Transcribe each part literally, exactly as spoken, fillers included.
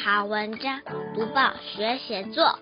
好文章，读报学写作。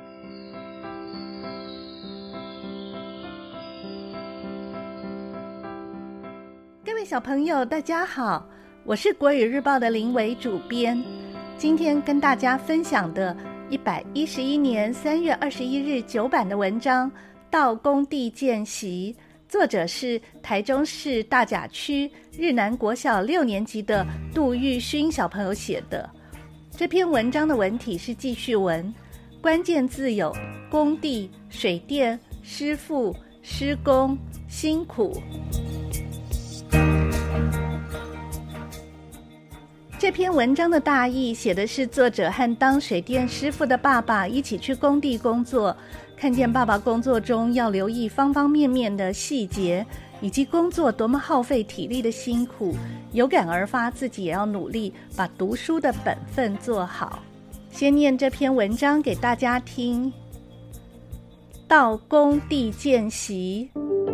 各位小朋友大家好，我是国语日报的林伟主编。今天跟大家分享的一百一十一年三月二十一日九版的文章《到工地见习》，作者是台中市大甲区日南国小六年级的杜玉勋小朋友写的。这篇文章的文体是记叙文，关键字有工地、水电、师傅、施工、辛苦。这篇文章的大意写的是作者和当水电师傅的爸爸一起去工地工作，看见爸爸工作中要留意方方面面的细节，以及工作多么耗费体力的辛苦，有感而发自己也要努力把读书的本分做好。先念这篇文章给大家听。到工地见习。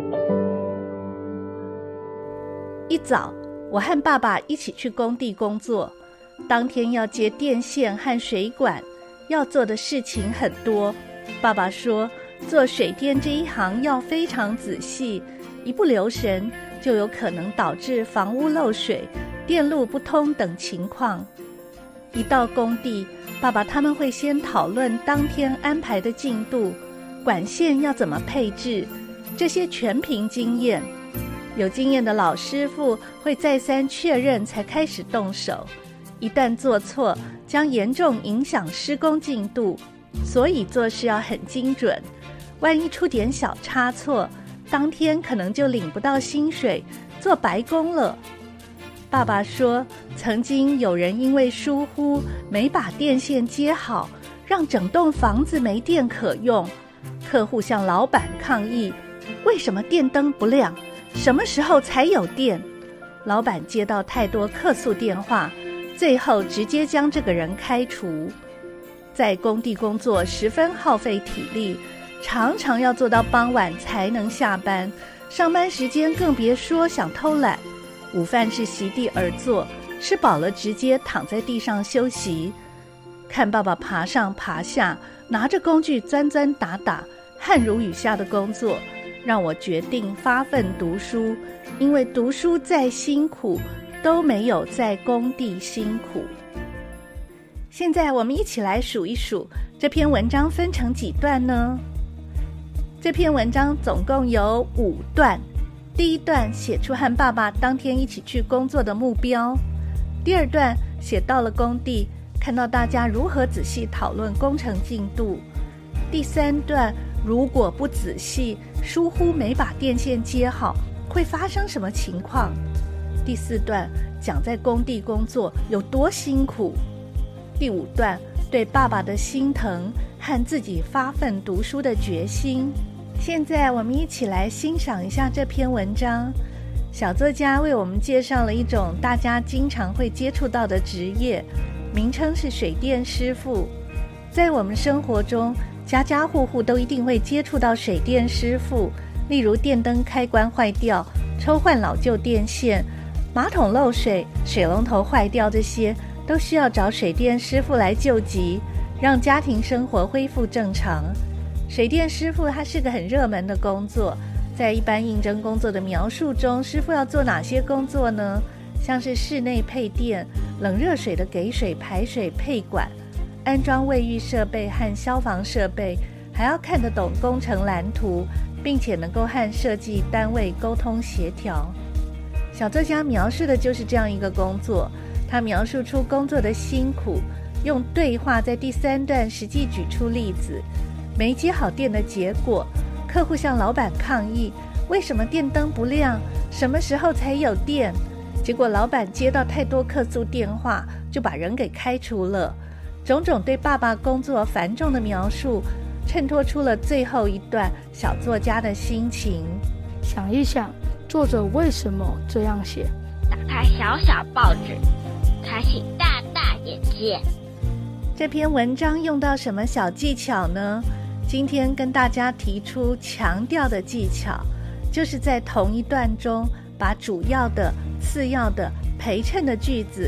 一早我和爸爸一起去工地工作，当天要接电线和水管，要做的事情很多。爸爸说，做水电这一行要非常仔细，一不留神就有可能导致房屋漏水、电路不通等情况。一到工地，爸爸他们会先讨论当天安排的进度，管线要怎么配置，这些全凭经验。有经验的老师傅会再三确认才开始动手，一旦做错将严重影响施工进度，所以做事要很精准，万一出点小差错，当天可能就领不到薪水，做白工了。爸爸说，曾经有人因为疏忽没把电线接好，让整栋房子没电可用，客户向老板抗议，为什么电灯不亮？什么时候才有电？老板接到太多客诉电话，最后直接将这个人开除。在工地工作十分耗费体力，常常要做到傍晚才能下班，上班时间更别说想偷懒。午饭是席地而坐，吃饱了直接躺在地上休息。看爸爸爬上爬下，拿着工具钻钻打打，汗如雨下的工作，让我决定发奋读书，因为读书再辛苦，都没有在工地辛苦。现在我们一起来数一数，这篇文章分成几段呢？这篇文章总共有五段。第一段写出和爸爸当天一起去工作的目标。第二段写到了工地，看到大家如何仔细讨论工程进度。第三段，如果不仔细，疏忽没把电线接好，会发生什么情况？第四段讲在工地工作有多辛苦。第五段对爸爸的心疼和自己发奋读书的决心。现在我们一起来欣赏一下这篇文章。小作家为我们介绍了一种大家经常会接触到的职业，名称是水电师傅。在我们生活中，家家户户都一定会接触到水电师傅，例如电灯开关坏掉、抽换老旧电线、马桶漏水、水龙头坏掉，这些都需要找水电师傅来救急，让家庭生活恢复正常。水电师傅他是个很热门的工作，在一般应征工作的描述中，师傅要做哪些工作呢？像是室内配电、冷热水的给水、排水、配管，安装卫浴设备和消防设备，还要看得懂工程蓝图，并且能够和设计单位沟通协调。小作家描述的就是这样一个工作，他描述出工作的辛苦，用对话在第三段实际举出例子。没接好电的结果，客户向老板抗议，为什么电灯不亮？什么时候才有电？结果老板接到太多客诉电话，就把人给开除了。种种对爸爸工作繁重的描述，衬托出了最后一段小作家的心情。 想一想，作者为什么这样写？ 打开小小报纸，开启大大眼界。 这篇文章用到什么小技巧呢？今天跟大家提出强调的技巧，就是在同一段中把主要的、次要的、陪衬的句子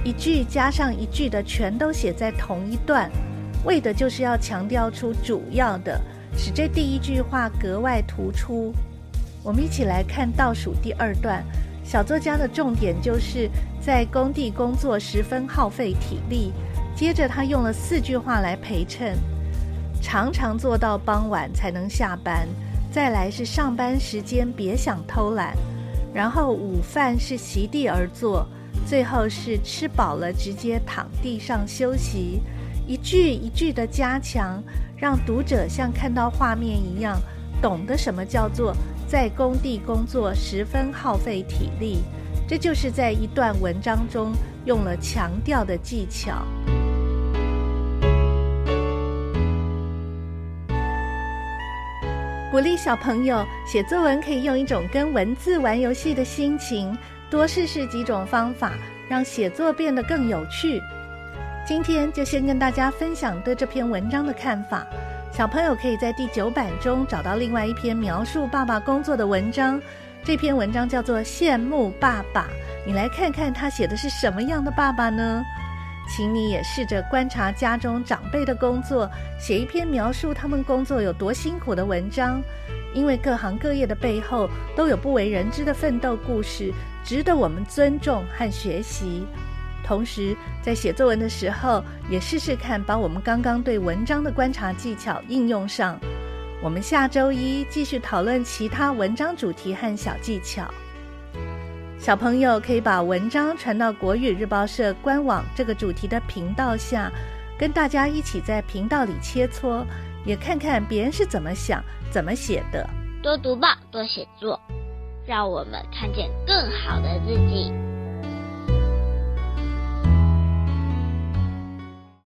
一句加上一句的全都写在同一段，为的就是要强调出主要的，使这第一句话格外突出。我们一起来看倒数第二段，小作家的重点就是在工地工作十分耗费体力，接着他用了四句话来陪衬，常常做到傍晚才能下班，再来是上班时间别想偷懒，然后午饭是席地而坐，最后是吃饱了直接躺地上休息。一句一句的加强，让读者像看到画面一样，懂得什么叫做在工地工作十分耗费体力。这就是在一段文章中用了强调的技巧。鼓励小朋友写作文可以用一种跟文字玩游戏的心情，多试试几种方法，让写作变得更有趣。今天就先跟大家分享对这篇文章的看法，小朋友可以在第九版中找到另外一篇描述爸爸工作的文章，这篇文章叫做《羡慕爸爸》，你来看看他写的是什么样的爸爸呢？请你也试着观察家中长辈的工作，写一篇描述他们工作有多辛苦的文章，因为各行各业的背后都有不为人知的奋斗故事，值得我们尊重和学习。同时在写作文的时候也试试看把我们刚刚对文章的观察技巧应用上。我们下周一继续讨论其他文章主题和小技巧。小朋友可以把文章传到国语日报社官网这个主题的频道下，跟大家一起在频道里切磋，也看看别人是怎么想怎么写的。 多读报，多写作，让我们看见更好的自己。